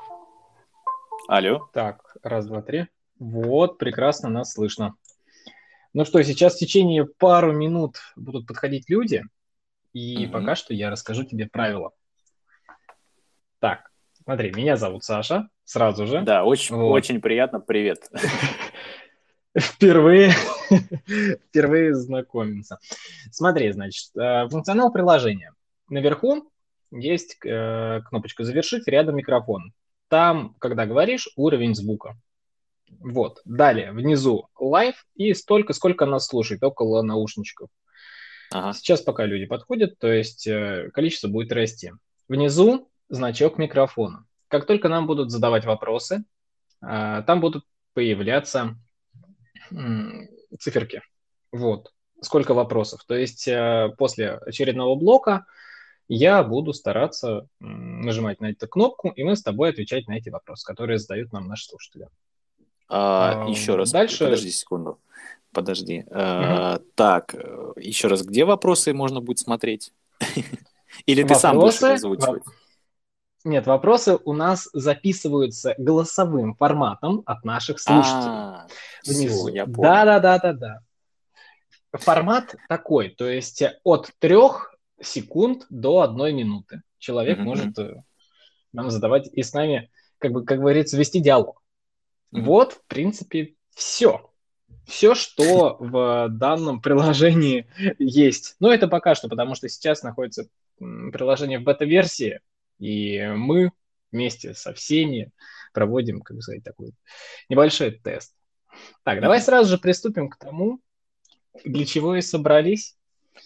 Алло. Так, раз, два, три. Вот, прекрасно нас слышно. Ну что, сейчас в течение пару минут будут подходить люди, и Мгм. пока что я расскажу тебе правила. Так, смотри, меня зовут Саша, сразу же. Да, очень, Вот. очень приятно. Привет. Впервые, впервые знакомимся. Смотри, значит, функционал приложения. Наверху есть кнопочка «Завершить», рядом микрофон. Там, когда говоришь, уровень звука. Вот. Далее, внизу лайв и столько, сколько нас слушает, около наушничков. Ага. Сейчас пока люди подходят, то есть количество будет расти. Внизу значок микрофона. Как только нам будут задавать вопросы, там будут появляться циферки. Вот. Сколько вопросов. То есть после очередного блока я буду стараться нажимать на эту кнопку, и мы с тобой отвечать на эти вопросы, которые задают нам наши слушатели. Еще раз, Дальше. подожди секунду. Подожди. Мгм. Так, еще раз, где вопросы можно будет смотреть? Или ты сам будешь их Вопросы. озвучивать? Нет, вопросы у нас записываются голосовым форматом от наших слушателей Все, внизу. я понял. Да-да-да-да-да. Формат такой, то есть от 3 секунд до 1 минуты. Человек Мгм, может мгм, нам задавать и с нами, как говорится, вести диалог. мгм. Вот, в принципе, все. Все, что в данном приложении есть. Но это пока что, потому что сейчас находится приложение в бета-версии, и мы вместе со всеми проводим, как бы сказать, такой небольшой тест. Так, давай Мгм. сразу же приступим к тому, для чего и собрались.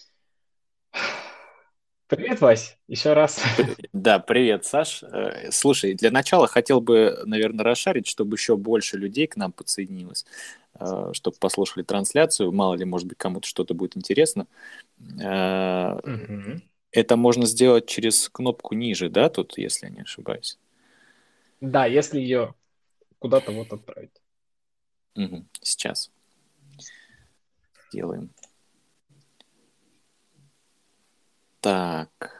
Привет, Вась, еще раз. Да, привет, Саш. Слушай, для начала хотел бы, наверное, расшарить, чтобы еще больше людей к нам подсоединилось, чтобы послушали трансляцию. Мало ли, может быть, кому-то что-то будет интересно. Э, Мгм. Это можно сделать через кнопку ниже, да, тут, если я не ошибаюсь. Да, если ее куда-то вот отправить. Мгм. Сейчас делаем. Так.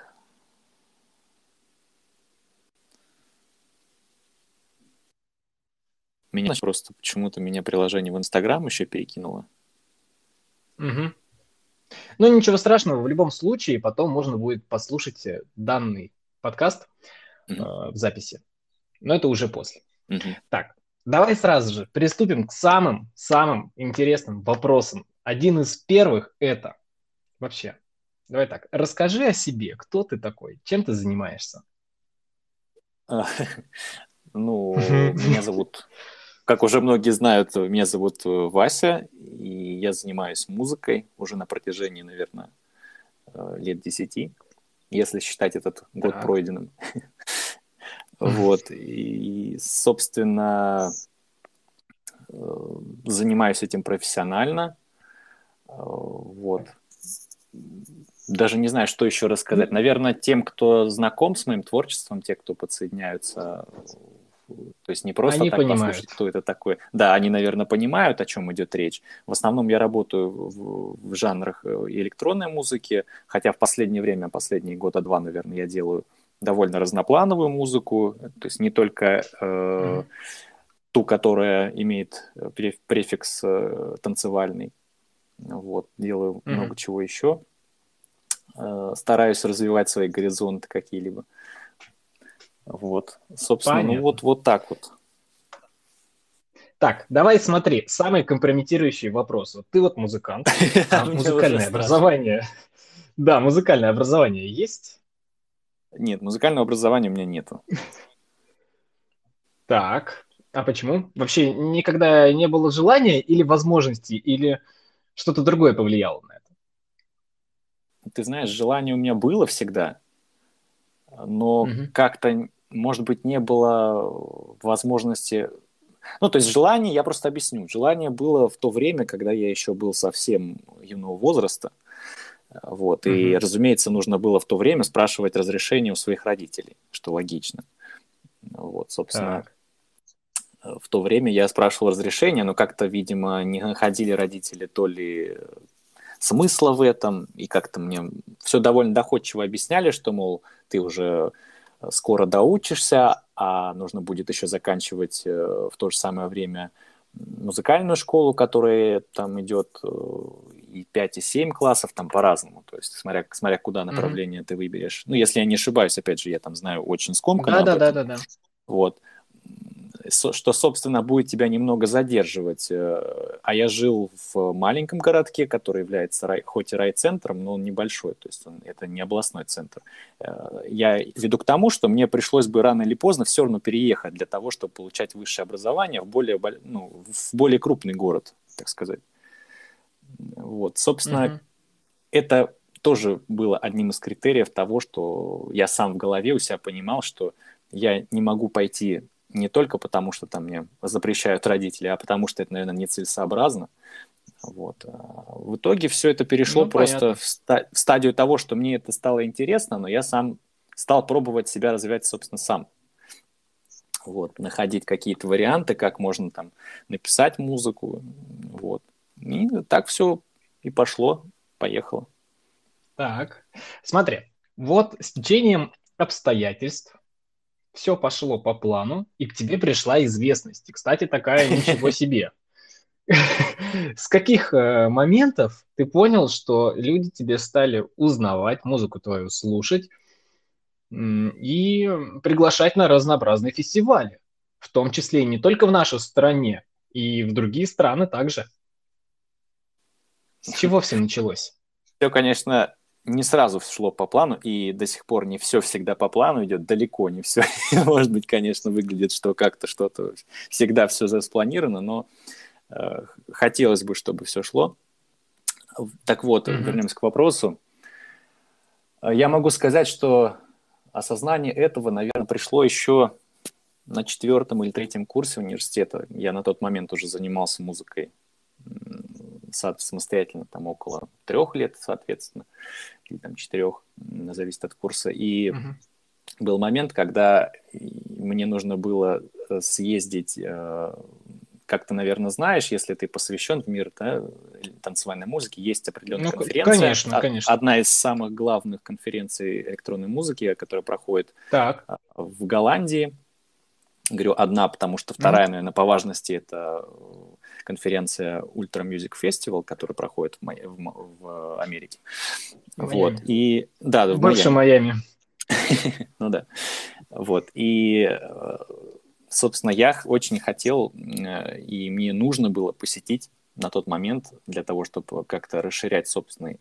Меня просто почему-то меня приложение в Инстаграм еще перекинуло. Мгм. Ну, ничего страшного, в любом случае, потом можно будет послушать данный подкаст Мгм. в записи. Но это уже после. Мгм. Так, давай сразу же приступим к самым-самым интересным вопросам. Один из первых это вообще. Давай так, расскажи о себе, кто ты такой, чем ты занимаешься. А, Ну, меня зовут, как уже многие знают, меня зовут Вася, и я занимаюсь музыкой уже на протяжении, наверное, лет 10, если считать этот год Так. пройденным. Вот, и, собственно, занимаюсь этим профессионально. Вот. Даже не знаю, что еще рассказать. Ну, Наверное, тем, кто знаком с моим творчеством, те, кто подсоединяются, то есть не просто они так понимают. послушать, кто это такой. Да, они, наверное, понимают, о чем идет речь. В основном я работаю в жанрах электронной музыки, хотя в последнее время, последние года два, наверное, я делаю довольно разноплановую музыку, то есть не только Мгм. ту, которая имеет префикс танцевальный. Вот, делаю много Мгм. чего еще. Стараюсь развивать свои горизонты какие-либо. Вот, собственно, ну Понятно. вот так вот. Так, давай смотри, самый компрометирующий вопрос. Вот ты вот музыкант, а Мне уже музыкальное страшно. образование, да, музыкальное образование есть? Нет, музыкального образования у меня нету. Так, а почему? Вообще никогда не было желания или возможности, или что-то другое повлияло на это? Ты знаешь, желание у меня было всегда, но Мгм. как-то, может быть, не было возможности. Ну, то есть желание, я просто объясню. Желание было в то время, когда я еще был совсем юного возраста. Вот. И, Мгм. разумеется, нужно было в то время спрашивать разрешение у своих родителей, что логично. Вот, собственно, Так. в то время я спрашивал разрешение, но как-то, видимо, не находили родители то ли смысла в этом, и как-то мне все довольно доходчиво объясняли, что, мол, ты уже скоро доучишься, а нужно будет еще заканчивать в то же самое время музыкальную школу, которая там идет и 5, и 7 классов, там по-разному, то есть смотря куда направление ты выберешь. Ну, если я не ошибаюсь, опять же, я там знаю очень скомканно об этом. Да-да-да-да-да. Вот. Что, собственно, будет тебя немного задерживать. А я жил в маленьком городке, который является хоть и райцентром, но он небольшой, то есть это не областной центр. Я веду к тому, что мне пришлось бы рано или поздно все равно переехать для того, чтобы получать высшее образование в более крупный город, так сказать. Вот, собственно, это тоже было одним из критериев того, что я сам в голове у себя понимал, что я не могу пойти не только потому, что там мне запрещают родители, а потому что это, наверное, нецелесообразно. Вот. В итоге все это перешло просто в стадию того, что мне это стало интересно, но я сам стал пробовать себя развивать, собственно, сам. Вот. Находить какие-то варианты, как можно там написать музыку. Вот. И так все и пошло, поехало. Так, смотри, вот с течением обстоятельств все пошло по плану, и к тебе пришла известность. И, кстати, такая ничего себе. С каких моментов ты понял, что люди тебе стали узнавать, музыку твою слушать и приглашать на разнообразные фестивали, в том числе и не только в нашу стране, и в другие страны также? С чего все началось? Все, конечно, не сразу шло по плану, и до сих пор не все всегда по плану идет, далеко не все. Может быть, конечно, выглядит, что как-то что-то всегда все заспланировано, но хотелось бы, чтобы все шло. Так вот, вернемся к вопросу. Я могу сказать, что осознание этого, наверное, пришло еще на 4 или 3 курсе университета. Я на тот момент уже занимался музыкой самостоятельно, там около 3 лет, соответственно, или там 4, зависит от курса. И был момент, когда мне нужно было съездить, как ты, наверное, знаешь, если ты посвящен в мир, да, танцевальной музыки, есть определенная конференция. Конечно. Одна из самых главных конференций электронной музыки, которая проходит в Голландии. Говорю одна, потому что вторая, наверное, по важности, это конференция Ultra Music Festival, которая проходит в Америке. Вот. И, да, в Бывшем Майами. Ну да. Вот. И, собственно, я очень хотел, и мне нужно было посетить на тот момент для того, чтобы как-то расширять собственный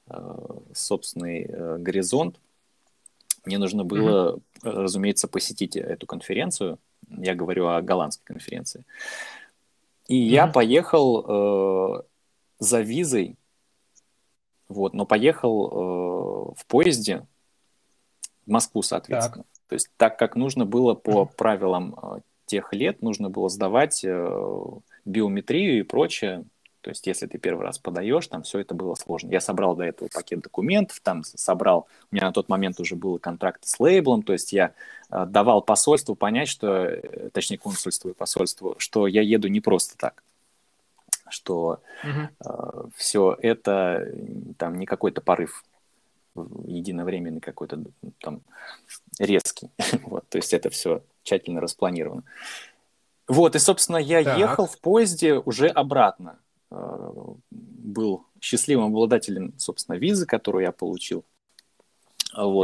горизонт. Мне нужно было, разумеется, посетить эту конференцию. Я говорю о голландской конференции. И я поехал за визой, вот, но поехал в поезде в Москву, соответственно. То есть так как нужно было по правилам тех лет, нужно было сдавать биометрию и прочее. То есть если ты первый раз подаешь, там все это было сложно. Я собрал до этого пакет документов, там собрал, у меня на тот момент уже был контракт с лейблом, то есть я давал посольству понять, что, точнее консульству и посольству, что я еду не просто так, что все это там не какой-то порыв единовременный какой-то там резкий. Вот, то есть это все тщательно распланировано. Вот, и, собственно, я ехал в поезде уже обратно. Был счастливым обладателем, собственно, визы, которую я получил. Вот.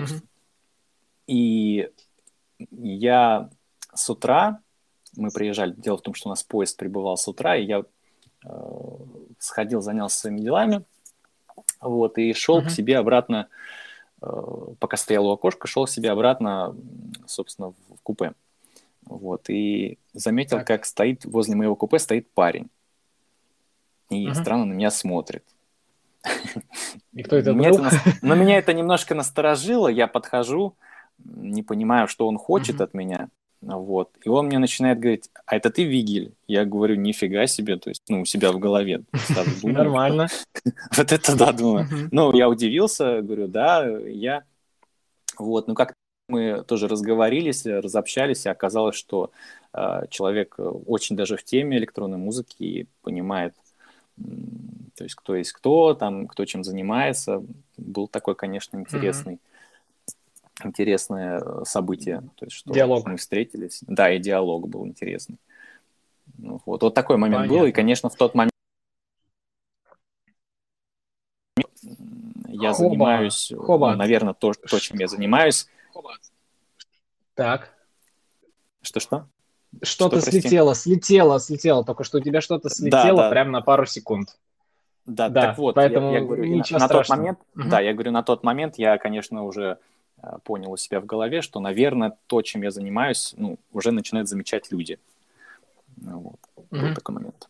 И я с утра, мы приезжали, дело в том, что у нас поезд прибывал с утра, и я сходил, занялся своими делами, вот, и шел к себе обратно, пока стоял у окошка, шел к себе обратно, собственно, в купе. Вот, и заметил, как стоит возле моего купе стоит парень. И странно на меня смотрит. И кто это был? Но меня это немножко насторожило. Я подхожу, не понимаю, что он хочет от меня. Вот. И он мне начинает говорить: а это ты Вигель? Я говорю: нифига себе, то есть, у себя в голове. Нормально. Вот это да, думаю. Ну, я удивился, говорю: да, я. Вот, как мы тоже разговорились, разобщались, и оказалось, что человек очень даже в теме электронной музыки и понимает, то есть кто есть кто, там, кто чем занимается. Был такой, конечно, интересный интересное событие, то есть что Диалог. мы встретились. Да, и диалог был интересный. Ну, вот такой момент был, и, Понятно. конечно, в тот момент я Хоба. занимаюсь, ну, Хоба. наверное, то, чем я занимаюсь. Так. Что-что? Что, Что-то прости? слетело. Только что у тебя что-то Да, слетело да, прямо на пару секунд. да, так Да, вот, я поэтому говорю, и ничего на тот страшного. момент, да, Мгм. я говорю, на тот момент я, конечно, уже понял у себя в голове, что, наверное, то, чем я занимаюсь, ну, уже начинают замечать люди. Ну, вот, был Мгм. такой момент.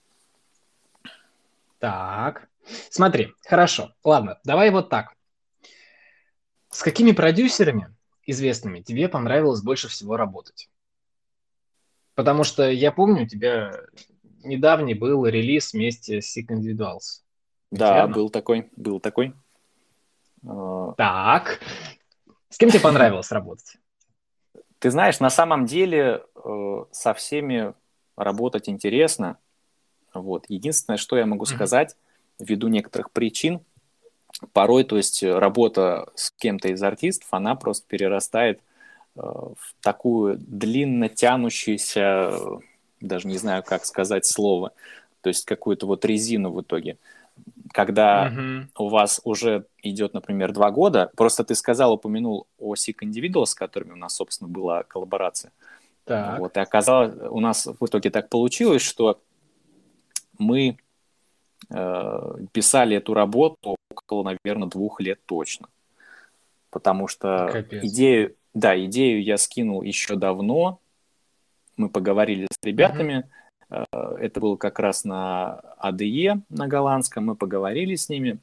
Так. Смотри, хорошо. Ладно, давай вот так. С какими продюсерами известными тебе понравилось больше всего работать? Потому что я помню, у тебя недавний был релиз вместе с Sick Individuals. Ведь Да, верно? был такой, был такой. Э, Так. С кем тебе понравилось работать? Ты знаешь, на самом деле со всеми работать интересно. Вот. Единственное, что я могу Мгм. сказать, ввиду некоторых причин, порой, то есть работа с кем-то из артистов, она просто перерастает в такую длинно тянущуюся, даже не знаю, как сказать слово, то есть какую-то вот резину в итоге. Когда Мгм. у вас уже идет, например, 2 года, просто ты сказал, упомянул о Sick Individuals, с которыми у нас, собственно, была коллаборация. Так. Вот, и оказалось, у нас в итоге так получилось, что мы писали эту работу около, наверное, 2 лет точно. Потому что Капец. идею я скинул еще давно. Мы поговорили с Мгм. ребятами. Это было как раз на АДЕ, на голландском. Мы поговорили с ними.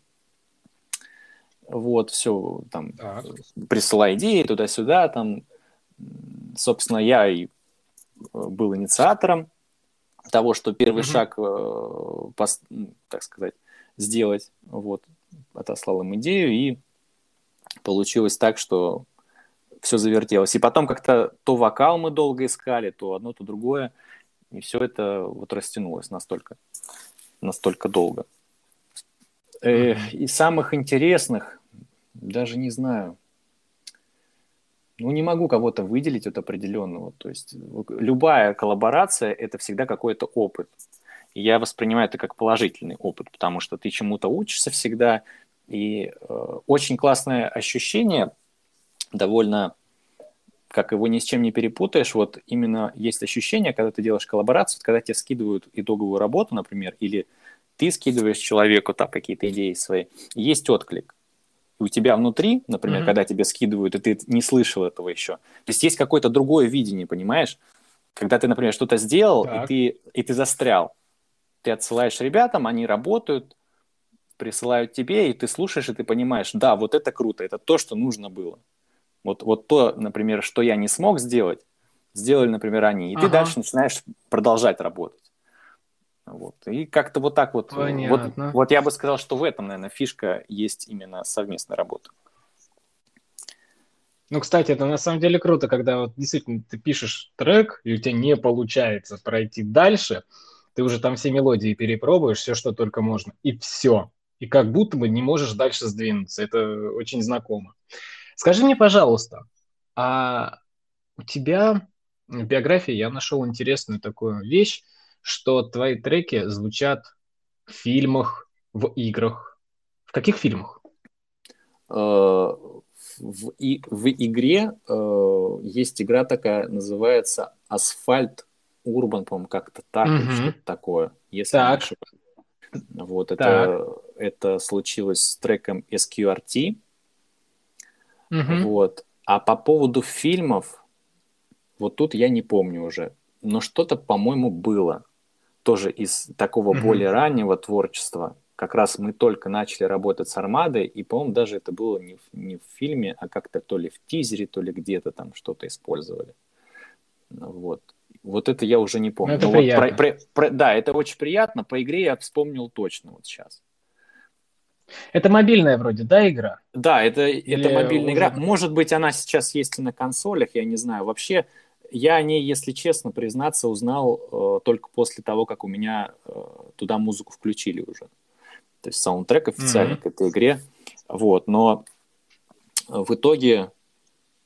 Вот, все, там, Так. присылай идеи туда-сюда. Там, собственно, я и был инициатором того, что первый Мгм. шаг, так сказать, сделать. Вот, отослал им идею, и получилось так, что все завертелось. И потом как-то то вокал мы долго искали, то одно, то другое. И все это вот растянулось настолько долго. Мгм. Из самых интересных, даже не знаю, ну, не могу кого-то выделить от определенного. То есть любая коллаборация – это всегда какой-то опыт. И я воспринимаю это как положительный опыт, потому что ты чему-то учишься всегда. И очень классное ощущение, довольно, как его ни с чем не перепутаешь, вот именно есть ощущение, когда ты делаешь коллаборацию, когда тебе скидывают итоговую работу, например, или ты скидываешь человеку там какие-то идеи свои, есть отклик. И у тебя внутри, например, Мгм. когда тебе скидывают, и ты не слышал этого еще, то есть какое-то другое видение, понимаешь? Когда ты, например, что-то сделал, и Так. ты застрял, ты отсылаешь ребятам, они работают, присылают тебе, и ты слушаешь, и ты понимаешь, да, вот это круто, это то, что нужно было. Вот то, например, что я не смог сделать, сделали, например, они. И ты Ага. дальше начинаешь продолжать работать. Вот. И как-то вот так вот, Понятно. вот я бы сказал, что в этом, наверное, фишка есть именно совместная работа. Ну, кстати, это на самом деле круто, когда вот действительно ты пишешь трек, и у тебя не получается пройти дальше, ты уже там все мелодии перепробуешь, все, что только можно, и все. И как будто бы не можешь дальше сдвинуться. Это очень знакомо. Скажи мне, пожалуйста, а у тебя в биографии я нашел интересную такую вещь, что твои треки звучат в фильмах, в играх. В каких фильмах? В игре есть игра такая, называется Асфальт Урбан, по-моему, как-то так или Угу. что-то такое, если я не Так, ошибаюсь. Вот так. это случилось с треком SQRT. Угу. Вот. А по поводу фильмов, вот тут я не помню уже, но что-то, по-моему, было. Тоже из такого Угу. более раннего творчества. Как раз мы только начали работать с Армадой, и, по-моему, даже это было не в фильме, а как-то то ли в тизере, то ли где-то там что-то использовали. Вот. Вот это я уже не Ну, помню. это Но вот приятно. да, это очень приятно. По игре я вспомнил точно вот сейчас. Это мобильная вроде, да, игра? Да, это Или мобильная игра. уже... Может быть, она сейчас есть и на консолях, я не знаю. Вообще, я о ней, если честно признаться, узнал только после того, как у меня туда музыку включили уже. То есть саундтрек официальный Мгм. к этой игре. Вот. Но в итоге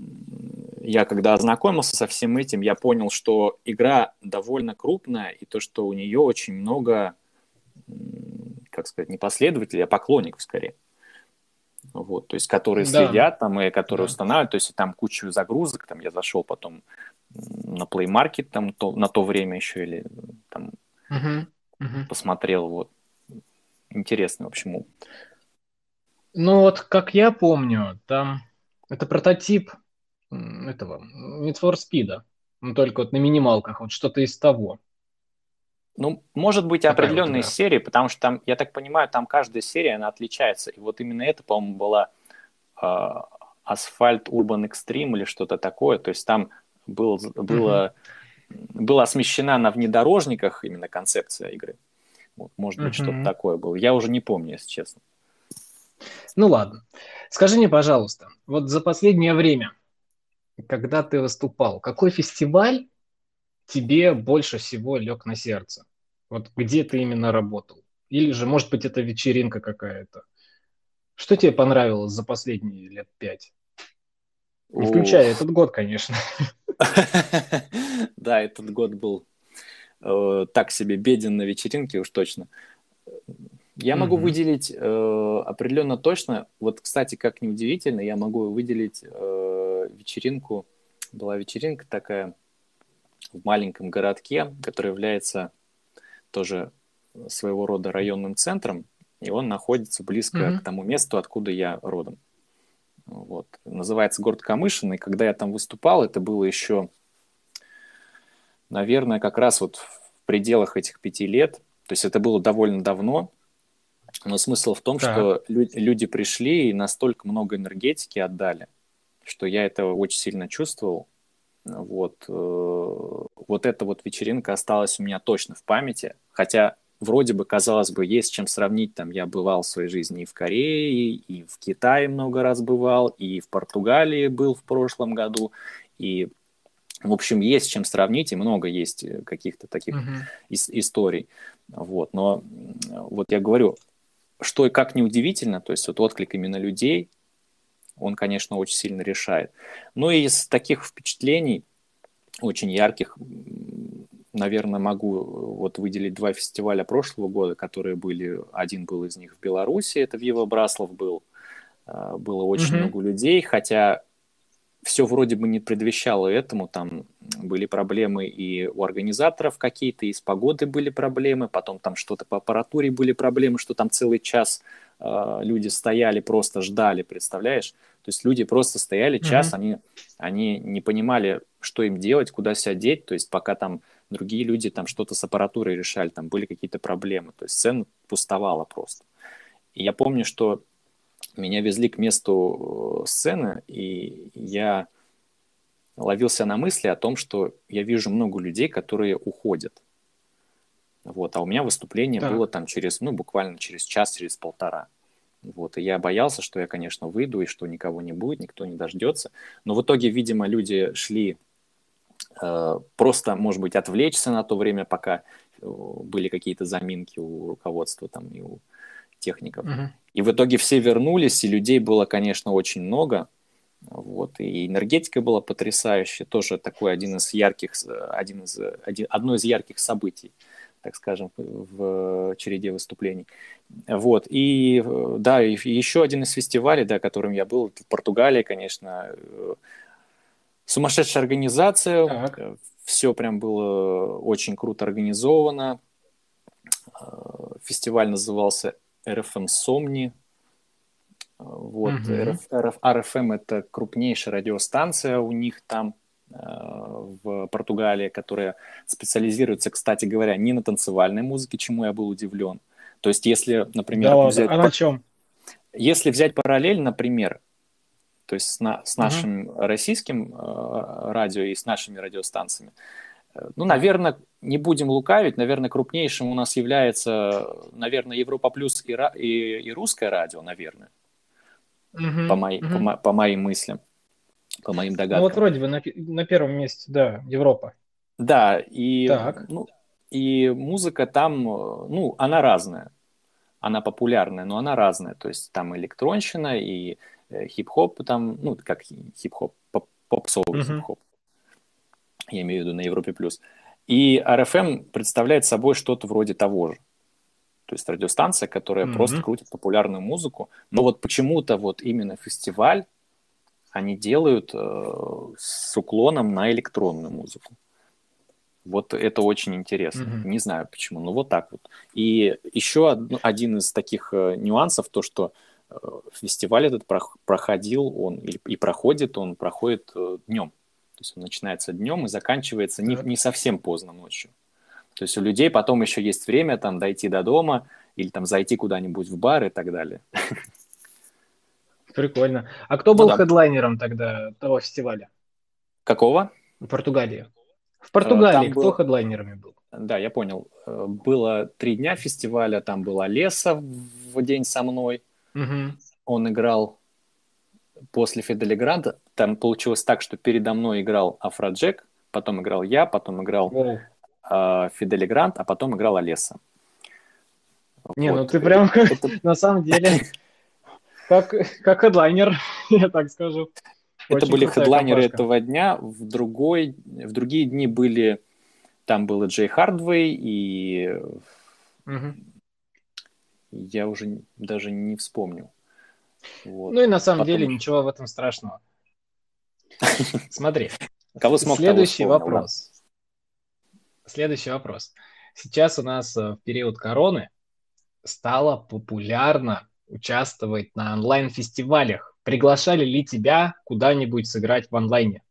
я когда ознакомился со всем этим, я понял, что игра довольно крупная, и то, что у нее очень много, как сказать, не последователей, а поклонников скорее. Вот, то есть, которые Да, следят там и которые да. устанавливают, то есть, там кучу загрузок, там я зашел потом на Play Market там на то время еще, или там Мгм, мгм. посмотрел, вот, интересно, в общем. Ну вот, как я помню, там это прототип этого Need for Speed, ну только вот на минималках, вот что-то из того. Ну, может быть, Такая вот определенные игра. серии, потому что там, я так понимаю, там каждая серия, она отличается. И вот именно это, по-моему, была Асфальт Urban Extreme или что-то такое. То есть там Мгм, была смещена на внедорожниках именно концепция игры. Вот, может быть, что-то мгм. такое было. Я уже не помню, если честно. Ну ладно. Скажи мне, пожалуйста, вот за последнее время, когда ты выступал, какой фестиваль тебе больше всего лег на сердце? Вот где ты именно работал? Или же, может быть, это вечеринка какая-то? Что тебе понравилось за последние лет 5? Не включая Ух. этот год, конечно. Да, этот год был так себе беден на вечеринке, уж точно. Я могу Мгм. выделить определенно точно. Вот, кстати, как ни удивительно, я могу выделить вечеринку. Была вечеринка такая в маленьком городке, который является тоже своего рода районным центром, и он находится близко к Мгм. тому месту, откуда я родом. Вот. Называется город Камышин, и когда я там выступал, это было еще, наверное, как раз вот в пределах этих 5 лет. То есть это было довольно давно, но смысл в том, Так. что люди пришли и настолько много энергетики отдали, что я это очень сильно чувствовал. Вот, вот эта вот вечеринка осталась у меня точно в памяти, хотя вроде бы, казалось бы, есть с чем сравнить. Там я бывал в своей жизни и в Корее, и в Китае много раз бывал, и в Португалии был в прошлом году, и, в общем, есть с чем сравнить, и много есть каких-то таких Мгм. историй. Вот, но вот я говорю, что и как неудивительно, то есть вот отклик именно людей, он, конечно, очень сильно решает. Ну и из таких впечатлений, очень ярких, наверное, могу вот выделить 2 фестиваля прошлого года, которые были. Один был из них в Беларуси, это Вива Браслов был. Было очень Мгм. много людей, хотя все вроде бы не предвещало этому. Там были проблемы и у организаторов какие-то, и с погодой были проблемы, потом там что-то по аппаратуре были проблемы, что там целый час люди стояли, просто ждали, представляешь? То есть люди просто стояли час, Мгм. они не понимали, что им делать, куда себя деть, то есть пока там другие люди там что-то с аппаратурой решали, там были какие-то проблемы, то есть сцена пустовала просто. И я помню, что меня везли к месту сцены, и я ловился на мысли о том, что я вижу много людей, которые уходят. Вот, а у меня выступление было Так. там через, ну, буквально через час, через полтора. Вот, и я боялся, что я, конечно, выйду, и что никого не будет, никто не дождется. Но в итоге, видимо, люди шли просто, может быть, отвлечься на то время, пока были какие-то заминки у руководства там и у техников. Мгм. И в итоге все вернулись, и людей было, конечно, очень много. Вот, и энергетика была потрясающая, тоже такой одно из ярких событий, так скажем, в череде выступлений. Вот, и да, и еще один из фестивалей, да, которым я был, в Португалии, конечно, сумасшедшая организация, Так. все прям было очень круто организовано. Фестиваль назывался RFM Somni. Вот, Мгм. RFM это крупнейшая радиостанция у них там в Португалии, которая специализируется, кстати говоря, не на танцевальной музыке, чему я был удивлен. То есть, если, Да например, ладно. А на чем? если взять параллель, например, то есть с Мгм. нашим российским радио и с нашими радиостанциями, ну, Так. наверное, не будем лукавить, наверное, крупнейшим у нас является, наверное, Европа Плюс и русское радио, наверное, Мгм. Мгм. по моим мыслям, по моим Ну вот догадкам. вроде бы на первом месте, да, Европа. Да, Так. ну, и музыка там, ну, она разная, она популярная, но она разная. То есть там электронщина и хип-хоп, там, ну, как хип-хоп, попсовый Мгм. хип-хоп. Я имею в виду на Европе+. И RFM представляет собой что-то вроде того же. То есть радиостанция, которая просто Мгм. крутит популярную музыку. Но вот почему-то вот именно фестиваль они делают с уклоном на электронную музыку. Вот это очень интересно. Мгм. Не знаю почему, но вот так вот. И еще один из таких нюансов, то, что фестиваль этот проходил, он и проходит, он проходит днем. То есть он начинается днем и заканчивается Так. не совсем поздно ночью. То есть у людей потом еще есть время там дойти до дома или там зайти куда-нибудь в бар и так далее. Прикольно. А кто Ну был да. хедлайнером тогда того фестиваля Какого? в Португалии? В Португалии Там кто был, хедлайнерами был? да, я понял. Было 3 дня фестиваля, там была Леса в день со мной. Мгм. Он играл после Фидели Гранта. Там получилось так, что передо мной играл Афроджек, потом играл я, потом играл Воу. Фидели Грант, а потом играл Олеса. Не, ну Вот. ты прям Это, на самом деле как, как хедлайнер, я так скажу. это Очень были крутая хедлайнеры компашка. этого дня. В другие дни были... Там был и Джей Хардвей, и Мгм. я уже даже не вспомню. Вот. Ну и на самом деле Потом ничего в этом страшного. Смотри, кого смог, того следующий вспомнил, да. вопрос. Следующий вопрос. Сейчас у нас в период короны стало популярно участвовать на онлайн-фестивалях. Приглашали ли тебя куда-нибудь сыграть в онлайне?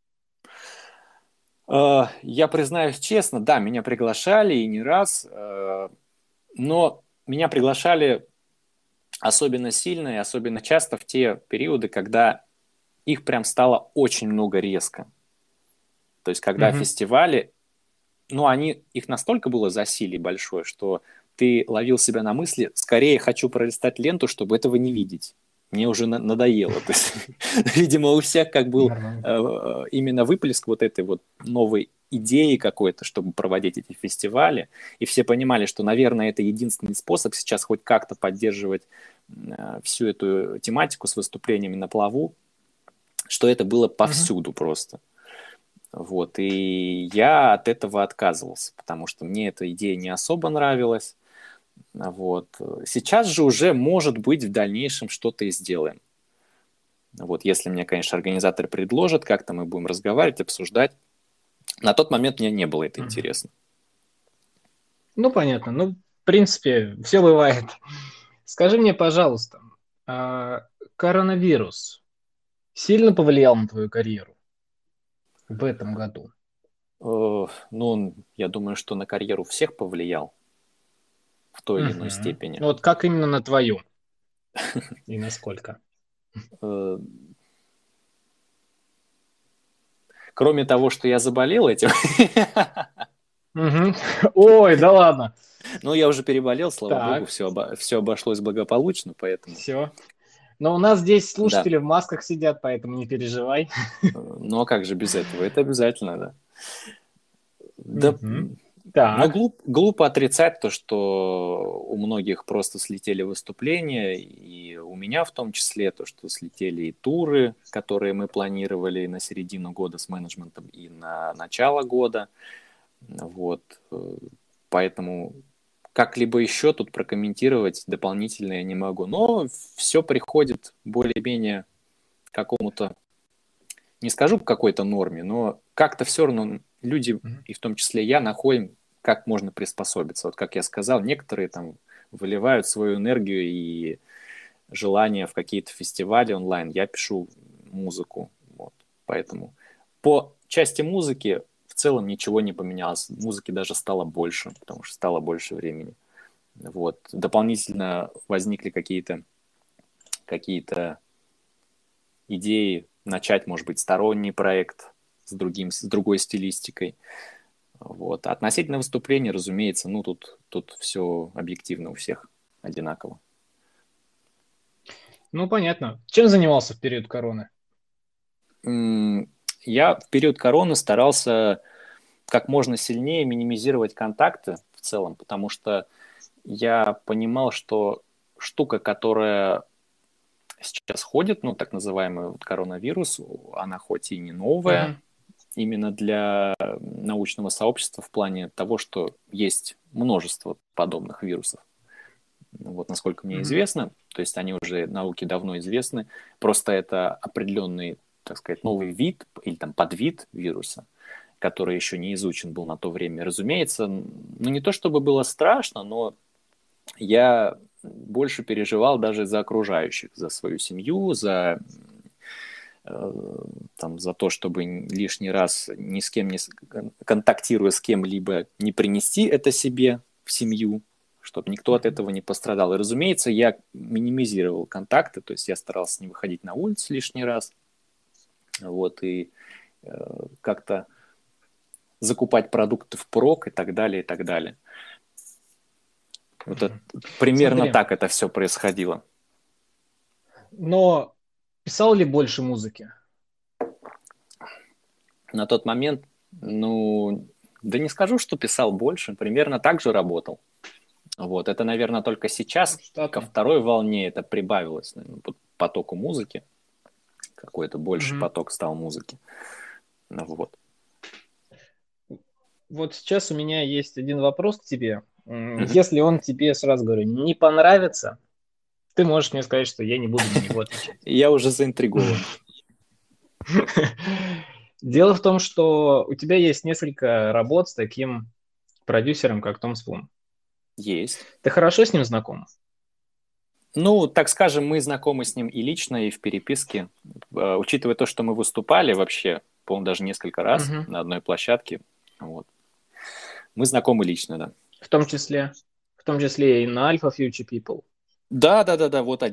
Я признаюсь честно, да, меня приглашали и не раз, но меня приглашали особенно сильно и особенно часто в те периоды, когда их прям стало очень много резко. То есть, когда Мгм. фестивали, ну, их настолько было засилие большое, что ты ловил себя на мысли, скорее хочу пролистать ленту, чтобы этого не видеть. Мне уже надоело. То есть, видимо, у всех как был Нормально. именно выплеск вот этой вот новой идеи какой-то, чтобы проводить эти фестивали. И все понимали, что, наверное, это единственный способ сейчас хоть как-то поддерживать всю эту тематику с выступлениями на плаву, что это было Мгм. повсюду просто. Вот, и я от этого отказывался, потому что мне эта идея не особо нравилась. Вот. Сейчас же уже, может быть, в дальнейшем что-то и сделаем. Вот, если мне, конечно, организатор предложит, как-то мы будем разговаривать, обсуждать. На тот момент мне не было это Мгм. интересно. Ну, понятно. Ну, в принципе, все бывает. Скажи мне, пожалуйста, а коронавирус сильно повлиял на твою карьеру в этом году? Ну, я думаю, что на карьеру всех повлиял в той или иной Мгм. степени. Вот как именно на твою и насколько? Э, Кроме того, что я заболел этим, Мгм. Ой, да ладно. ну, я уже переболел, слава богу, Так, все обошлось благополучно, поэтому, все. Но у нас здесь да. слушатели в масках сидят, поэтому не переживай. Ну, а как же без этого? Это обязательно, да. Да, Мгм. но Так. глупо отрицать то, что у многих просто слетели выступления, и у меня в том числе, то, что слетели и туры, которые мы планировали на середину года с менеджментом и на начало года. Вот. Поэтому как-либо еще тут прокомментировать дополнительно я не могу. Но все приходит более-менее к какому-то, не скажу к какой-то норме, но как-то все равно люди, Мгм. и в том числе я, находим, как можно приспособиться. Вот как я сказал, некоторые там выливают свою энергию и желание в какие-то фестивали онлайн. Я пишу музыку. Вот. Поэтому по части музыки в целом ничего не поменялось. Музыки даже стало больше, потому что стало больше времени. Вот. Дополнительно возникли какие-то идеи начать, может быть, сторонний проект с другой стилистикой. Вот. Относительно выступлений, разумеется, ну тут все объективно у всех одинаково. Ну, понятно. Чем занимался в период короны? Я в период короны старался как можно сильнее минимизировать контакты в целом, потому что я понимал, что штука, которая сейчас ходит, ну, так называемый вот коронавирус, она хоть и не новая, Мгм. именно для научного сообщества в плане того, что есть множество подобных вирусов. Вот насколько мне Мгм. известно, то есть они уже науке давно известны, просто это определенный, так сказать, новый вид или там подвид вируса, который еще не изучен был на то время. Разумеется, ну не то чтобы было страшно, но я больше переживал даже за окружающих, за свою семью, там, за то, чтобы лишний раз ни с кем не контактируя с кем-либо не принести это себе в семью, чтобы никто от этого не пострадал. И, разумеется, я минимизировал контакты, то есть я старался не выходить на улицу лишний раз, вот, и как-то закупать продукты впрок и так далее, и так далее. Вот это, примерно Смотри, так это все происходило. но писал ли больше музыки? На тот момент, ну, да не скажу, что писал больше, примерно так же работал. Вот, это, наверное, только Ну, сейчас ко штатно. второй волне это прибавилось, наверное, потоку музыки, какой-то больше Мгм. поток стал музыки. Ну, вот. Вот сейчас у меня есть один вопрос к тебе. Мгм. Если он тебе, сразу говорю, не понравится, ты можешь мне сказать, что я не буду на него отвечать. Я уже заинтригован. Дело в том, что у тебя есть несколько работ с таким продюсером, как Том Спун. Есть. Ты хорошо с ним знаком? Ну, так скажем, мы знакомы с ним и лично, и в переписке. Учитывая то, что мы выступали вообще, по-моему, даже несколько раз Мгм. на одной площадке, вот. Мы знакомы лично, да. В том числе и на Alpha Future People. Да, да, да, да, вот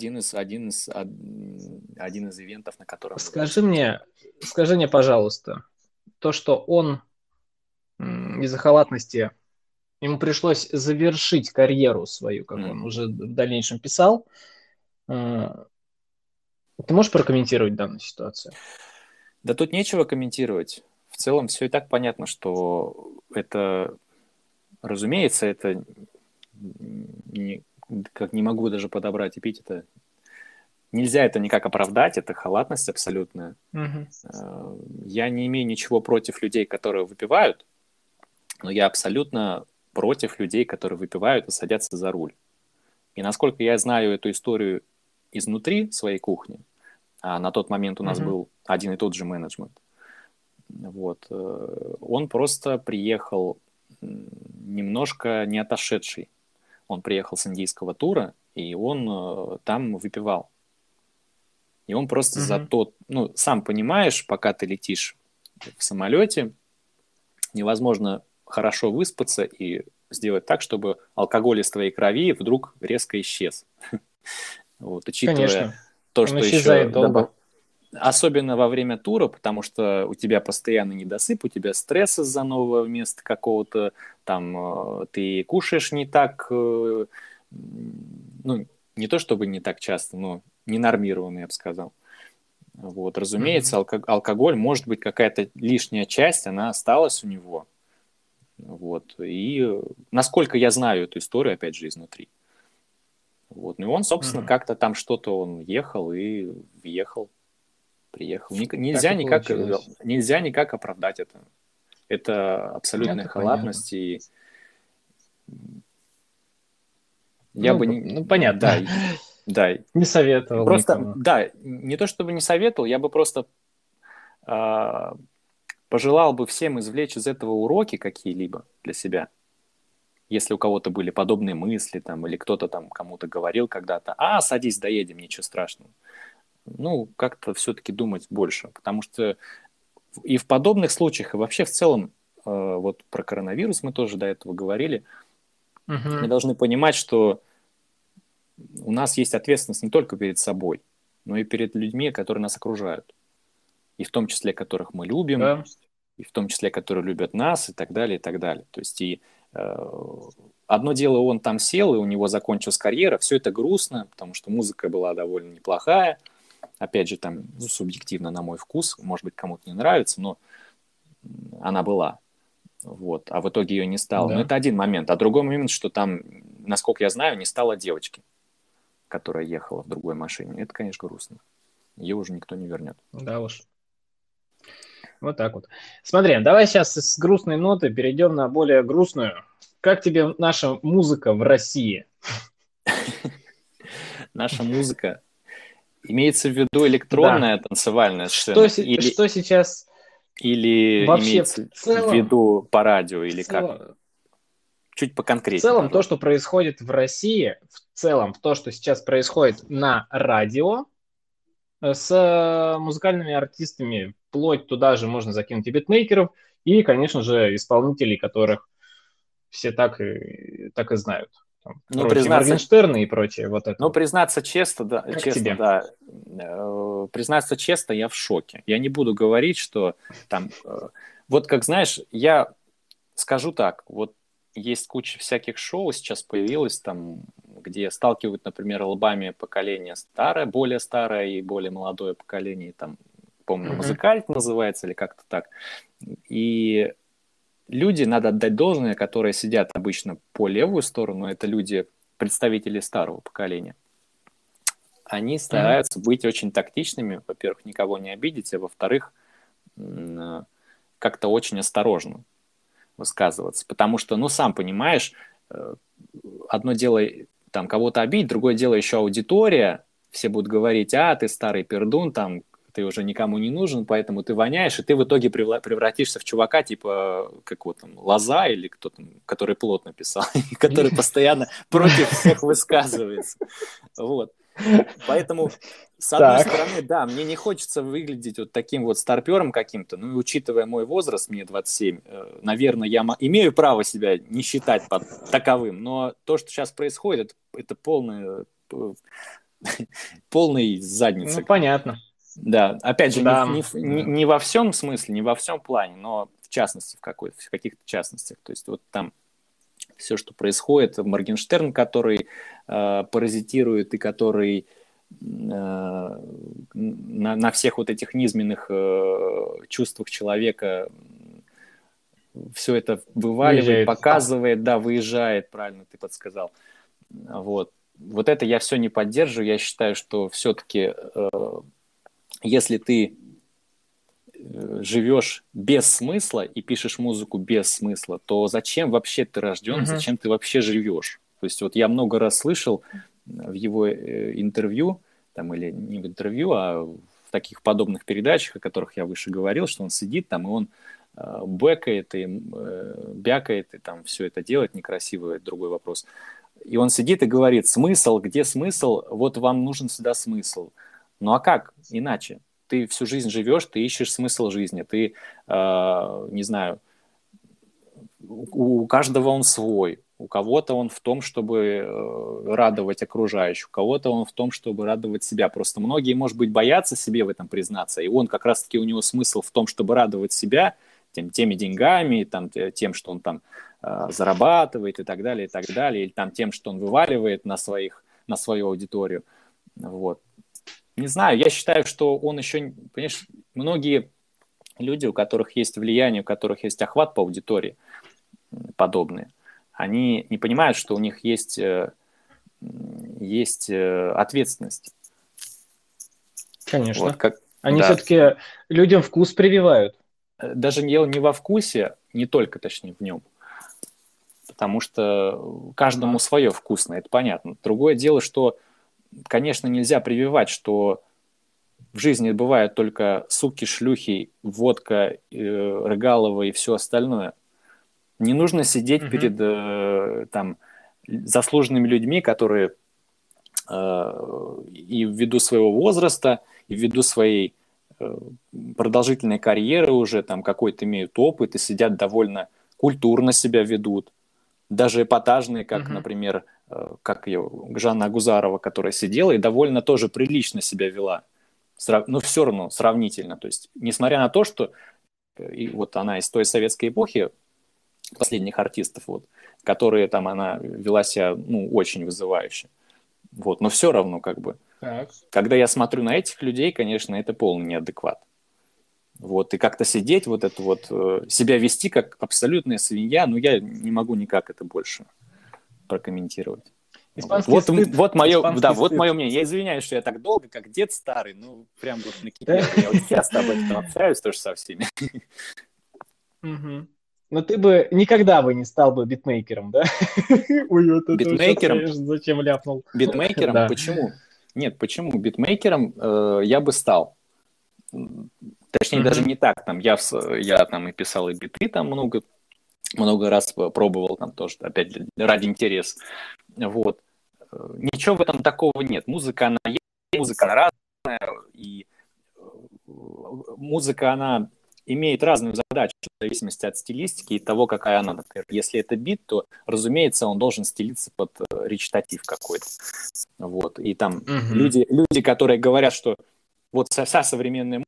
один из ивентов, на котором мы Скажи выступили. мне, скажи мне, пожалуйста, то, что он из-за халатности, ему пришлось завершить карьеру свою, как он Мгм. уже в дальнейшем писал. Э, Ты можешь прокомментировать данную ситуацию? Да тут нечего комментировать. В целом все и так понятно, что это, разумеется, это не, как не могу даже подобрать эпитета. Нельзя это никак оправдать, это халатность абсолютная. Мгм. Я не имею ничего против людей, которые выпивают, но я абсолютно против людей, которые выпивают и садятся за руль. И насколько я знаю эту историю изнутри своей кухни, а на тот момент у нас Мгм. был один и тот же менеджмент, вот, он просто приехал немножко не отошедший. Он приехал с индийского тура, и он там выпивал. И он просто за Мгм. тот, ну, сам понимаешь, пока ты летишь в самолете, невозможно хорошо выспаться и сделать так, чтобы алкоголь из твоей крови вдруг резко исчез. Вот, учитывая Конечно. то, Он что еще исчезает долго. особенно во время тура, потому что у тебя постоянно недосып, у тебя стресс из-за нового места какого-то, там ты кушаешь не так, ну, не то чтобы не так часто, но ненормированно, я бы сказал. Вот, разумеется, Мгм. алкоголь, может быть, какая-то лишняя часть, она осталась у него. Вот, и насколько я знаю эту историю, опять же, изнутри. Вот, ну и он, собственно, Мгм. как-то там что-то он ехал и въехал. Приехал. Так Нельзя и никак, получилось. нельзя никак оправдать это. Это абсолютная Это понятно. халатность, и я Ну, бы ну понятно. да, да, Не советовал просто, никому. да, не то чтобы не советовал, я бы просто а, пожелал бы всем извлечь из этого уроки какие-либо для себя. Если у кого-то были подобные мысли, там, или кто-то там кому-то говорил когда-то, садись, доедем, ничего страшного. Ну, как-то все-таки думать больше, потому что и в подобных случаях, и вообще в целом, вот про коронавирус мы тоже до этого говорили, мы Мгм. должны понимать, что у нас есть ответственность не только перед собой, но и перед людьми, которые нас окружают. И в том числе, которых мы любим, Да. и в том числе, которые любят нас, и так далее, и так далее. То есть и одно дело, он там сел, и у него закончилась карьера, все это грустно, потому что музыка была довольно неплохая, опять же, там, ну, субъективно на мой вкус, может быть, кому-то не нравится, но она была. Вот. А в итоге ее не стало. Но Да. это один момент. А другой момент, что там, насколько я знаю, не стало девочки. которая ехала в другой машине. Это, конечно, грустно. Ее уже никто не вернет. Да уж. Вот так вот. Смотри, давай сейчас с грустной ноты перейдем на более грустную. Как тебе наша музыка в России? Наша музыка, имеется в виду Да. электронная танцевальная Что, сцена что сейчас или вообще имеется в виду по радио или как? Чуть в поконкретнее, целом то, пожалуйста. что происходит в России, в целом то, что сейчас происходит на радио, с музыкальными артистами, вплоть туда же можно закинуть и битмейкеров, и, конечно же, исполнителей, которых все так и знают. Там, Ну, прочие признаться, Моргенштерны и прочее вот это ну, вот. признаться честно, да, Как честно, тебе? да, признаться честно, я в шоке. Я не буду говорить, что там, вот как знаешь, я скажу так, вот есть куча всяких шоу сейчас появилось там, где сталкивают, например, лбами поколение старое, более старое и более молодое поколение, там, помню, Мгм. музыкальт называется или как-то так. И люди, надо отдать должное, которые сидят обычно по левую сторону, это люди, представители старого поколения. Они Мгм. стараются быть очень тактичными, во-первых, никого не обидеть, а во-вторых, как-то очень осторожно высказываться. Потому что, ну, сам понимаешь, одно дело там кого-то обидеть, другое дело еще аудитория, все будут говорить, а, ты старый пердун, там, ты уже никому не нужен, поэтому ты воняешь, и ты в итоге превратишься в чувака, типа, как вот там, Лоза или кто там, который плотно писал, который постоянно против всех высказывается. Вот. Поэтому, с одной Так. стороны, да, мне не хочется выглядеть вот таким вот старпером каким-то, ну и учитывая мой возраст, мне 27, наверное, я имею право себя не считать таковым, но то, что сейчас происходит, это полный Ну, задница. понятно. Да, опять же, Да, да. не во всем смысле, не во всем плане, но в частности, в каких-то частностях. То есть вот там все, что происходит, Моргенштерн, который паразитирует и который на всех вот этих низменных чувствах человека все это вываливает, Выезжает. показывает, да, выезжает, правильно ты подсказал. Вот. Вот это я все не поддерживаю. Я считаю, что все-таки, если ты живешь без смысла и пишешь музыку без смысла, то зачем вообще ты рожден, Мгм. зачем ты вообще живешь? То есть вот я много раз слышал в его интервью, там, или не в интервью, а в таких подобных передачах, о которых я выше говорил, что он сидит там, и он бэкает, и бякает, и там все это делает некрасиво, это другой вопрос. И он сидит и говорит, смысл, где смысл? Вот вам нужен всегда смысл. Ну а как иначе? Ты всю жизнь живешь, ты ищешь смысл жизни, ты, не знаю, у каждого он свой. У кого-то он в том, чтобы радовать окружающих, у кого-то он в том, чтобы радовать себя. Просто многие, может быть, боятся себе в этом признаться, и он как раз-таки, у него смысл в том, чтобы радовать себя теми деньгами, там, тем, что он там зарабатывает и так далее, или там тем, что он вываливает на свою аудиторию. Вот. Не знаю, я считаю, что он еще, понимаешь, многие люди, у которых есть влияние, у которых есть охват по аудитории, подобные, они не понимают, что у них есть ответственность. Вот Конечно. как, Они да, все-таки людям вкус прививают. даже дело не во вкусе, не только, точнее, в нем, потому что каждому Ага. свое вкусное, это понятно. Другое дело, что, конечно, нельзя прививать, что в жизни бывают только суки, шлюхи, водка, рыгалово и все остальное. Не нужно сидеть Мгм. перед там заслуженными людьми, которые и ввиду своего возраста, и ввиду своей продолжительной карьеры уже там какой-то имеют опыт и сидят довольно культурно себя ведут. Даже эпатажные, как, Мгм. например, как ее, Жанна Агузарова, которая сидела и довольно тоже прилично себя вела. Но все равно сравнительно. То есть, несмотря на то, что и вот она из той советской эпохи, последних артистов, вот, которые там она вела себя, ну, очень вызывающе. Вот, но все равно, как бы, Так. когда я смотрю на этих людей, конечно, это полный неадекват. Вот, и как-то сидеть, вот это вот, себя вести как абсолютная свинья, ну, я не могу никак это больше прокомментировать. Вот, Испанский стыд. вот мое, да, Испанский вот стыд. мое мнение. Я извиняюсь, что я так долго, как дед старый, ну, прям вот Да? накипело. Я вот часто об этом общаюсь тоже со всеми. Мгм. Но ты бы никогда бы не стал бы битмейкером, да? Ой, вот это сейчас, Битмейкером, конечно, зачем ляпнул. битмейкером, Да. почему? Нет, почему? Битмейкером я бы стал. Точнее, даже Мгм. не так. Там, я там и писал и биты там много раз пробовал, там тоже, опять ради интереса. Вот. Ничего в этом такого нет. Музыка, она есть, музыка она разная, и музыка, она имеет разную задачу в зависимости от стилистики и того, какая она, например. Если это бит, то, разумеется, он должен стелиться под речитатив какой-то. Вот. И там Мгм. люди, которые говорят, что вот вся современная...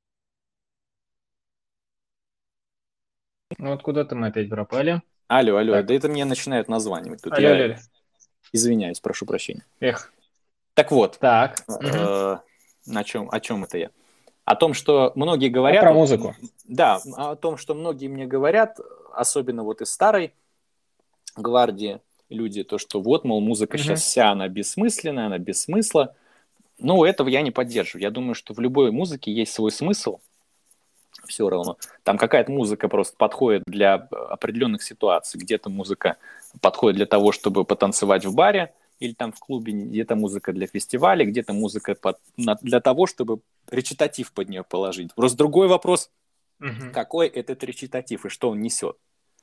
Ну вот куда-то мы опять пропали. Алло, алло, да Так. это мне начинают названивать. Тут Алло, алло, я алло. извиняюсь, прошу прощения. Эх. Так вот, Так. Мгм. о чем это я? О том, что многие А говорят, про вот, музыку. да, о том, что многие мне говорят, особенно вот из старой гвардии люди, то, что вот, мол, музыка сейчас Мгм. вся, она бессмысленная, она без смысла. Ну, этого я не поддерживаю. Я думаю, что в любой музыке есть свой смысл, все равно. Там какая-то музыка просто подходит для определенных ситуаций. Где-то музыка подходит для того, чтобы потанцевать в баре или там в клубе, где-то музыка для фестиваля, где-то музыка для того, чтобы речитатив под нее положить. Просто другой вопрос, Мгм. какой этот речитатив и что он несет.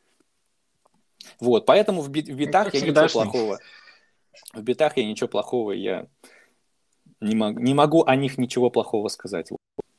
Вот, поэтому в Ну, битах как я ничего всегдашний. плохого. В битах я ничего плохого, я не могу о них ничего плохого сказать.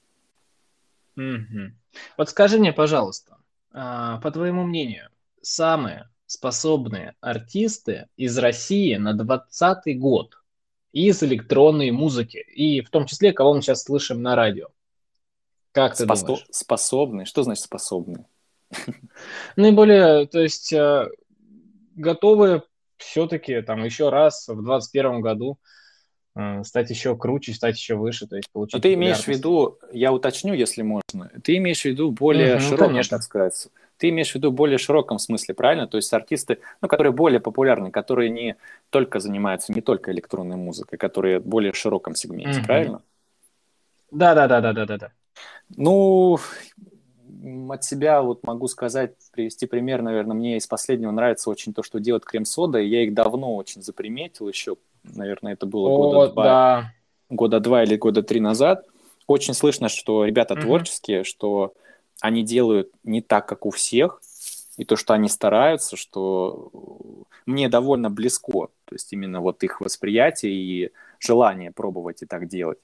Мгм. Вот скажи мне, пожалуйста, по твоему мнению, самые способные артисты из России на 2020 год из электронной музыки, и в том числе, кого мы сейчас слышим на радио? Как ты думаешь? Способны? Что значит способны? Наиболее, то есть, готовы все-таки там еще раз в 2021 году стать еще круче, стать еще выше, то есть Но получить ты имеешь в популярность? виду, я уточню, если можно, ты имеешь в виду более Мгм, широком, так конечно. сказать, ты имеешь в виду более широком смысле, правильно? То есть артисты, ну, которые более популярны, которые не только занимаются не только электронной музыкой, которые в более широком сегменте, Мгм. правильно? Да, да, да, да, да, да, да. Ну, от себя вот могу сказать, привести пример, наверное, мне из последнего нравится очень то, что делает Крем-сода, и я их давно очень заприметил, еще, наверное, это было О, да. года два или года три назад. Очень слышно, что ребята Мгм. творческие, что они делают не так, как у всех, и то, что они стараются, что мне довольно близко, то есть именно вот их восприятие и желание пробовать и так делать.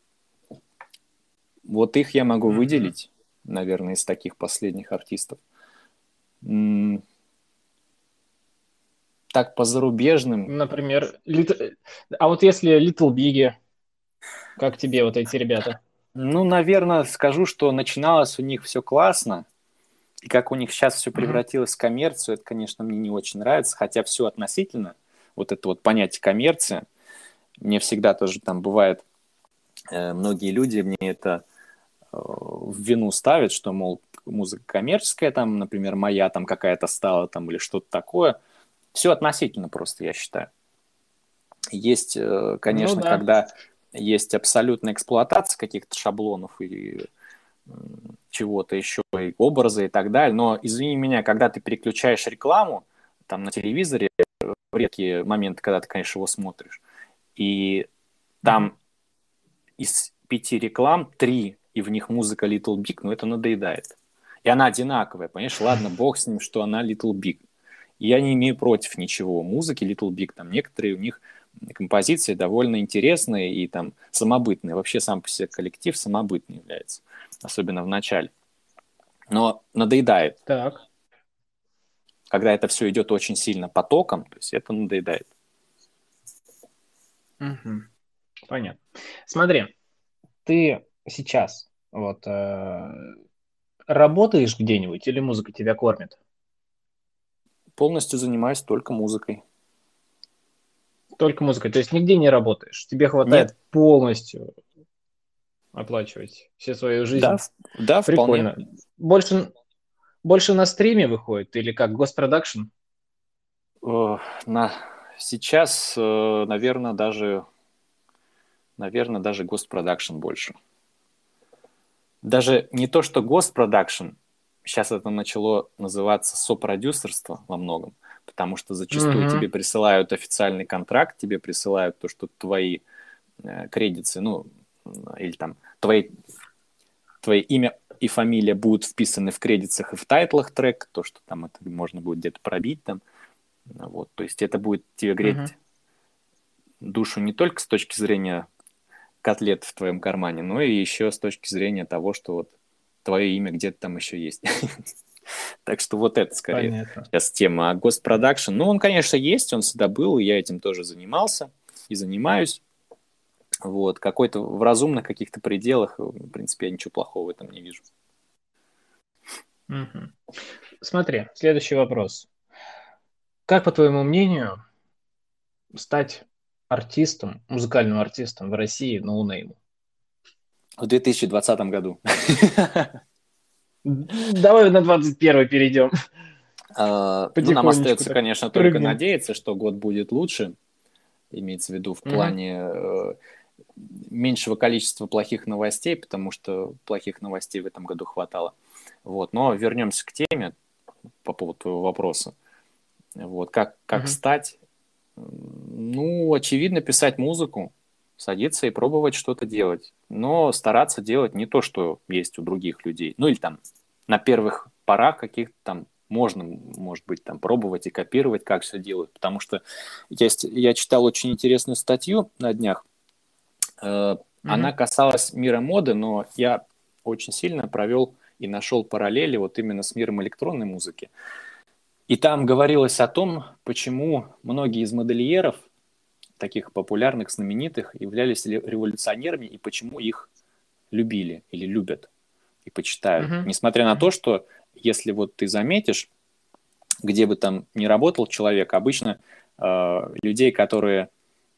Вот их я могу Мгм. выделить, наверное, из таких последних артистов. М, Так по зарубежным, Например, а вот если Little Big, как тебе вот эти ребята? ну, наверное, скажу, что начиналось у них все классно, и как у них сейчас все Мгм. превратилось в коммерцию, это, конечно, мне не очень нравится, хотя все относительно. Вот это вот понятие коммерция. Мне всегда тоже там бывает, многие люди мне это в вину ставят, что, мол, музыка коммерческая, там, например, моя там какая-то стала там или что-то такое. Все относительно просто, я считаю. Есть, Ну конечно, да. когда есть абсолютная эксплуатация каких-то шаблонов и чего-то еще, и образа и так далее. Но, извини меня, когда ты переключаешь рекламу там на телевизоре, в редкие моменты, когда ты, конечно, его смотришь, и Мгм. там из 5 реклам 3, и в них музыка Little Big, ну это надоедает. И она одинаковая, понимаешь? Ладно, бог с ним, что она Little Big. И я не имею против ничего музыки Little Big. Там некоторые у них композиции довольно интересные и там самобытные. Вообще сам по себе коллектив самобытный является. Особенно в начале. Но надоедает. Так. Когда это все идет очень сильно потоком, то есть это надоедает. Мгм. Понятно. Смотри, ты сейчас вот работаешь где-нибудь или музыка тебя кормит? Полностью занимаюсь только музыкой. Только музыкой, то есть нигде не работаешь. Тебе Нет? хватает полностью оплачивать всю свою Да, жизнь. да, вполне. Прикольно. Больше на стриме выходит или как госпродакшн? Э, На Сейчас, наверное, даже госпродакшн больше. Даже не то, что госпродакшн, сейчас это начало называться сопродюсерство во многом, потому что зачастую тебе присылают официальный контракт, тебе присылают то, что твои кредиты, ну, или там твои имя и фамилия будут вписаны в кредитах и в тайтлах трека, то, что там это можно будет где-то пробить там. Вот, то есть это будет тебе греть душу не только с точки зрения котлет в твоем кармане, но и еще с точки зрения того, что вот твое имя где-то там еще есть. Так что вот это скорее сейчас тема. А госпродакшн, ну, он, конечно, есть, он всегда был, и я этим тоже занимался и занимаюсь. Вот, какой-то в разумных каких-то пределах, в принципе, я ничего плохого в этом не вижу. Смотри, следующий вопрос. Как, по твоему мнению, стать артистом, музыкальным артистом в России ноунейму? В 2020 году. Давай на 21 перейдем. Ну, нам остается, конечно, только надеяться, что год будет лучше. Имеется в виду в плане меньшего количества плохих новостей, потому что плохих новостей в этом году хватало. Вот. Но вернемся к теме по поводу твоего вопроса. Вот. Как стать? Ну, очевидно, писать музыку, садиться и пробовать что-то делать. Но стараться делать не то, что есть у других людей. Ну, или там на первых порах каких-то там можно, может быть, там пробовать и копировать, как все делают. Потому что я читал очень интересную статью на днях. Она касалась мира моды, но я очень сильно провел и нашел параллели вот именно с миром электронной музыки. И там говорилось о том, почему многие из модельеров, таких популярных, знаменитых, являлись революционерами и почему их любили или любят и почитают. Несмотря на то, что если вот ты заметишь, где бы там ни работал человек, обычно людей, которые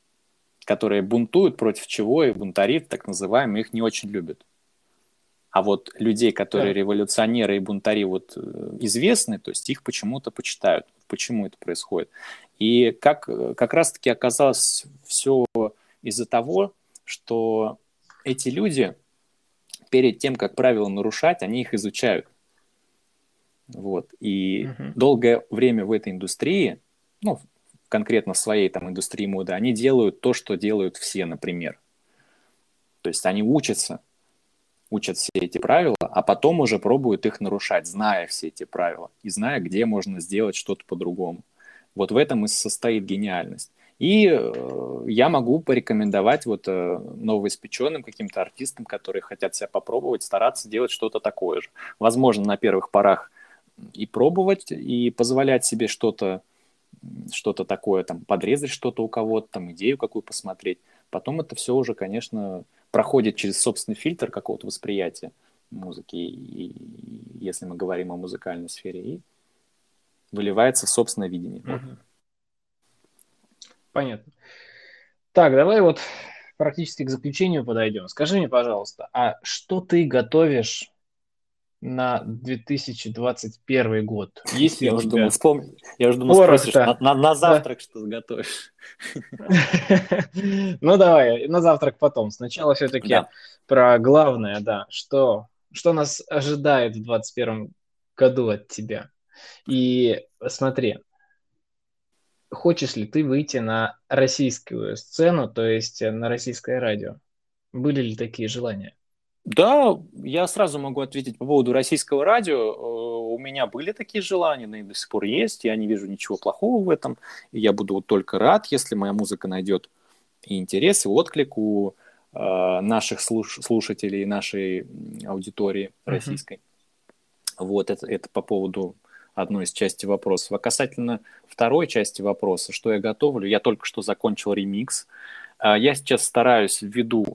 бунтуют против чего, и бунтари, так называемые, их не очень любят. А вот людей, которые революционеры и бунтари вот известны, то есть их почему-то почитают. Почему это происходит? И как раз-таки оказалось все из-за того, что эти люди перед тем, как правила нарушать, они их изучают. Вот. И долгое время в этой индустрии, ну, конкретно в своей там индустрии моды, они делают то, что делают все, например. То есть они учат все эти правила, а потом уже пробуют их нарушать, зная все эти правила и зная, где можно сделать что-то по-другому. Вот в этом и состоит гениальность. И я могу порекомендовать вот новоиспеченным каким-то артистам, которые хотят себя попробовать, стараться делать что-то такое же. Возможно, на первых порах и пробовать, и позволять себе что-то такое, там, подрезать что-то у кого-то, там, идею какую посмотреть. Потом это все уже, конечно, проходит через собственный фильтр какого-то восприятия музыки, и если мы говорим о музыкальной сфере, и выливается в собственное видение. Понятно. Так, давай вот практически к заключению подойдем. Скажи мне, пожалуйста, а что ты готовишь на 2021 год? Есть ли Я у уже тебя... думал, спросишь, на завтрак что готовишь? Ну, давай, на завтрак потом. Сначала все-таки про главное, да. Что нас ожидает в 2021 году от тебя? И смотри, хочешь ли ты выйти на российскую сцену, то есть на российское радио? Были ли такие желания? Да, я сразу могу ответить по поводу российского радио. У меня были такие желания, они до сих пор есть. Я не вижу ничего плохого в этом. И я буду только рад, если моя музыка найдет и интерес, и отклик у наших слушателей, нашей аудитории российской. Вот это по поводу одной из части вопросов. А касательно второй части вопроса, что я готовлю, я только что закончил ремикс. Я сейчас стараюсь ввиду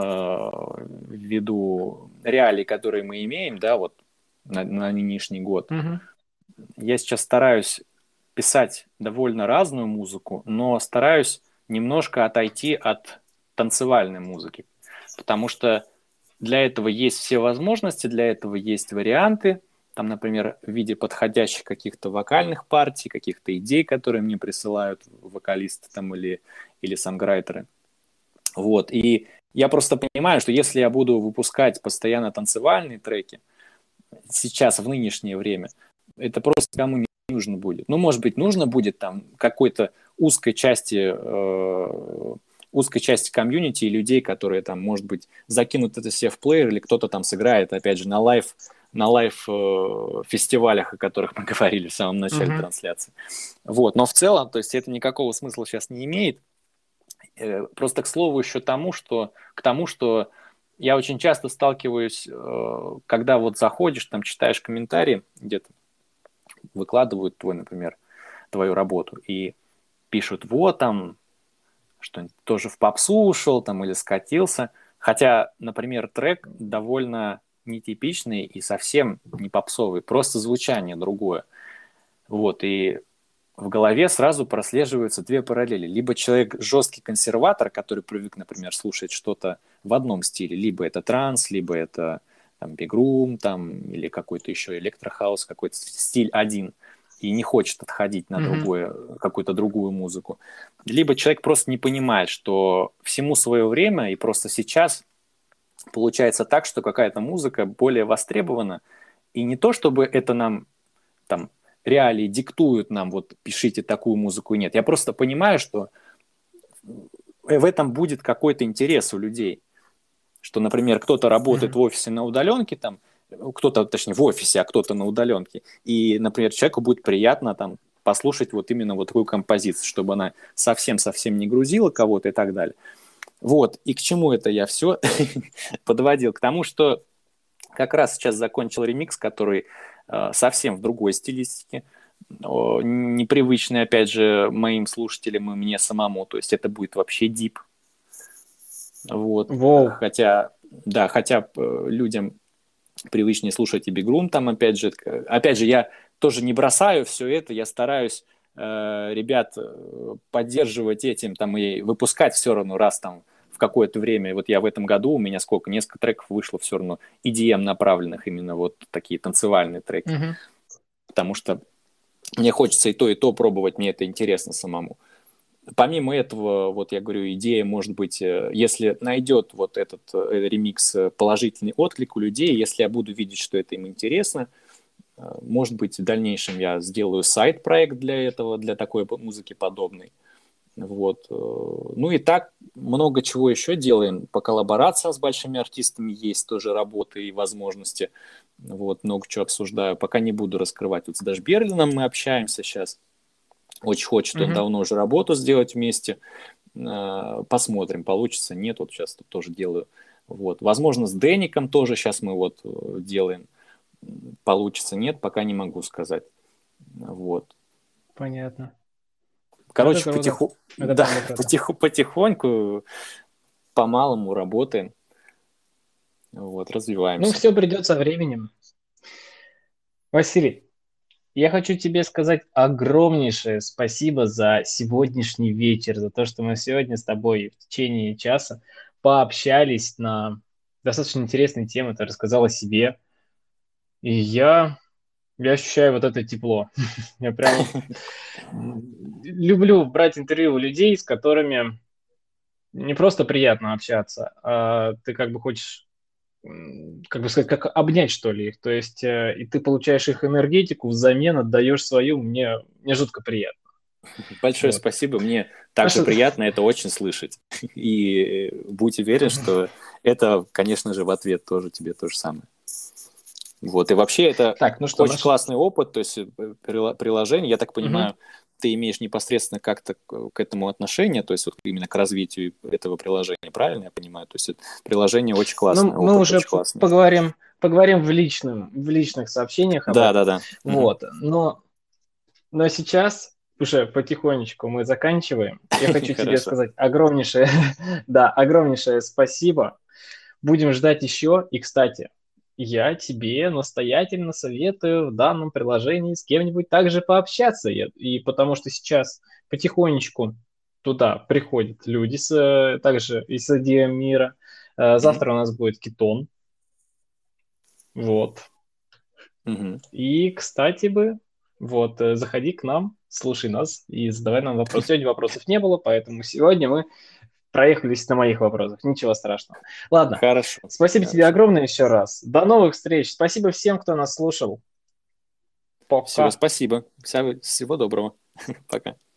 реалий, которые мы имеем, да, вот на нынешний год, я сейчас стараюсь писать довольно разную музыку, но стараюсь немножко отойти от танцевальной музыки, потому что для этого есть все возможности, для этого есть варианты, там, например, в виде подходящих каких-то вокальных партий, каких-то идей, которые мне присылают вокалисты там или санграйтеры. Вот, и я просто понимаю, что если я буду выпускать постоянно танцевальные треки сейчас, в нынешнее время, это просто кому не нужно будет. Ну, может быть, нужно будет там какой-то узкой части комьюнити и людей, которые там, может быть, закинут это себе в плеер, или кто-то там сыграет, опять же, на лайв фестивалях, о которых мы говорили в самом начале трансляции. Вот, но в целом, то есть это никакого смысла сейчас не имеет. Просто к слову еще к тому, что я очень часто сталкиваюсь, когда вот заходишь, там читаешь комментарии, где-то выкладывают например, твою работу и пишут, вот там, что-нибудь тоже в попсу ушел там или скатился. Хотя, например, трек довольно нетипичный и совсем не попсовый, просто звучание другое. Вот, и в голове сразу прослеживаются две параллели. Либо человек жесткий консерватор, который привык, например, слушать что-то в одном стиле, либо это транс, либо это там бигрум, там, или какой-то еще электрохаус, какой-то стиль один, и не хочет отходить на какую-то другую музыку. Либо человек просто не понимает, что всему свое время, и просто сейчас получается так, что какая-то музыка более востребована, и не то, чтобы это нам там реалии диктуют нам, вот пишите такую музыку, нет. Я просто понимаю, что в этом будет какой-то интерес у людей. Что, например, кто-то работает в офисе на удаленке, там, кто-то, точнее, в офисе, а кто-то на удаленке. И, например, человеку будет приятно там послушать вот именно вот такую композицию, чтобы она совсем-совсем не грузила кого-то и так далее. Вот. И к чему это я все подводил? К тому, что как раз сейчас закончил ремикс, который совсем в другой стилистике, непривычный, опять же, моим слушателям и мне самому. То есть это будет вообще дип. Вот. Хотя людям привычнее слушать и бигрум, там, опять же, я тоже не бросаю все это, я стараюсь ребят поддерживать этим, там, и выпускать все равно раз там в какое-то время. Вот я в этом году, у меня несколько треков вышло все равно EDM направленных, именно вот такие танцевальные треки. Потому что мне хочется и то пробовать, мне это интересно самому. Помимо этого, вот я говорю, идея, может быть, если найдет вот этот ремикс положительный отклик у людей, если я буду видеть, что это им интересно, может быть, в дальнейшем я сделаю сайт-проект для этого, для такой музыки подобной. Вот. Ну и так много чего еще делаем. По коллаборациям с большими артистами есть тоже работы и возможности. Вот, много чего обсуждаю. Пока не буду раскрывать. Вот с Дэш Берлином мы общаемся сейчас. Очень хочет он давно уже работу сделать вместе. Посмотрим, получится, нет. Вот сейчас тут тоже делаю. Вот. Возможно, с Дэником тоже сейчас мы вот делаем. Получится, нет, пока не могу сказать. Вот. Понятно. Короче, потихоньку, по-малому работаем. Вот, развиваемся. Ну, все придет со временем. Василий, я хочу тебе сказать огромнейшее спасибо за сегодняшний вечер, за то, что мы сегодня с тобой в течение часа пообщались на достаточно интересные темы, ты рассказал о себе. И я ощущаю вот это тепло. Я прям люблю брать интервью у людей, с которыми не просто приятно общаться, а ты как бы хочешь, как бы сказать, как обнять, что ли, их. То есть и ты получаешь их энергетику, взамен отдаешь свою, мне жутко приятно. Большое спасибо, мне также приятно это очень слышать. И будь уверен, что это, конечно же, в ответ тоже тебе то же самое. Вот, и вообще это очень классный опыт, то есть приложение, я так понимаю, ты имеешь непосредственно как-то к этому отношение, то есть вот именно к развитию этого приложения, правильно я понимаю? То есть это приложение очень классное, мы уже поговорим в личных сообщениях об этом. Да. Вот, но сейчас уже потихонечку мы заканчиваем. Я хочу тебе сказать огромнейшее спасибо. Будем ждать еще. И, кстати, я тебе настоятельно советую в данном приложении с кем-нибудь также пообщаться. И потому что сейчас потихонечку туда приходят люди также из EDM мира. Завтра у нас будет Кетон. Вот. Мгм. И, кстати бы, вот, заходи к нам, слушай нас и задавай нам вопросы. Сегодня вопросов не было, поэтому сегодня мы проехались на моих вопросах. Ничего страшного. Ладно, Хорошо, спасибо тебе хорошо. огромное еще раз. До новых встреч. Спасибо всем, кто нас слушал. Все, Пока. спасибо. Всего доброго. Пока.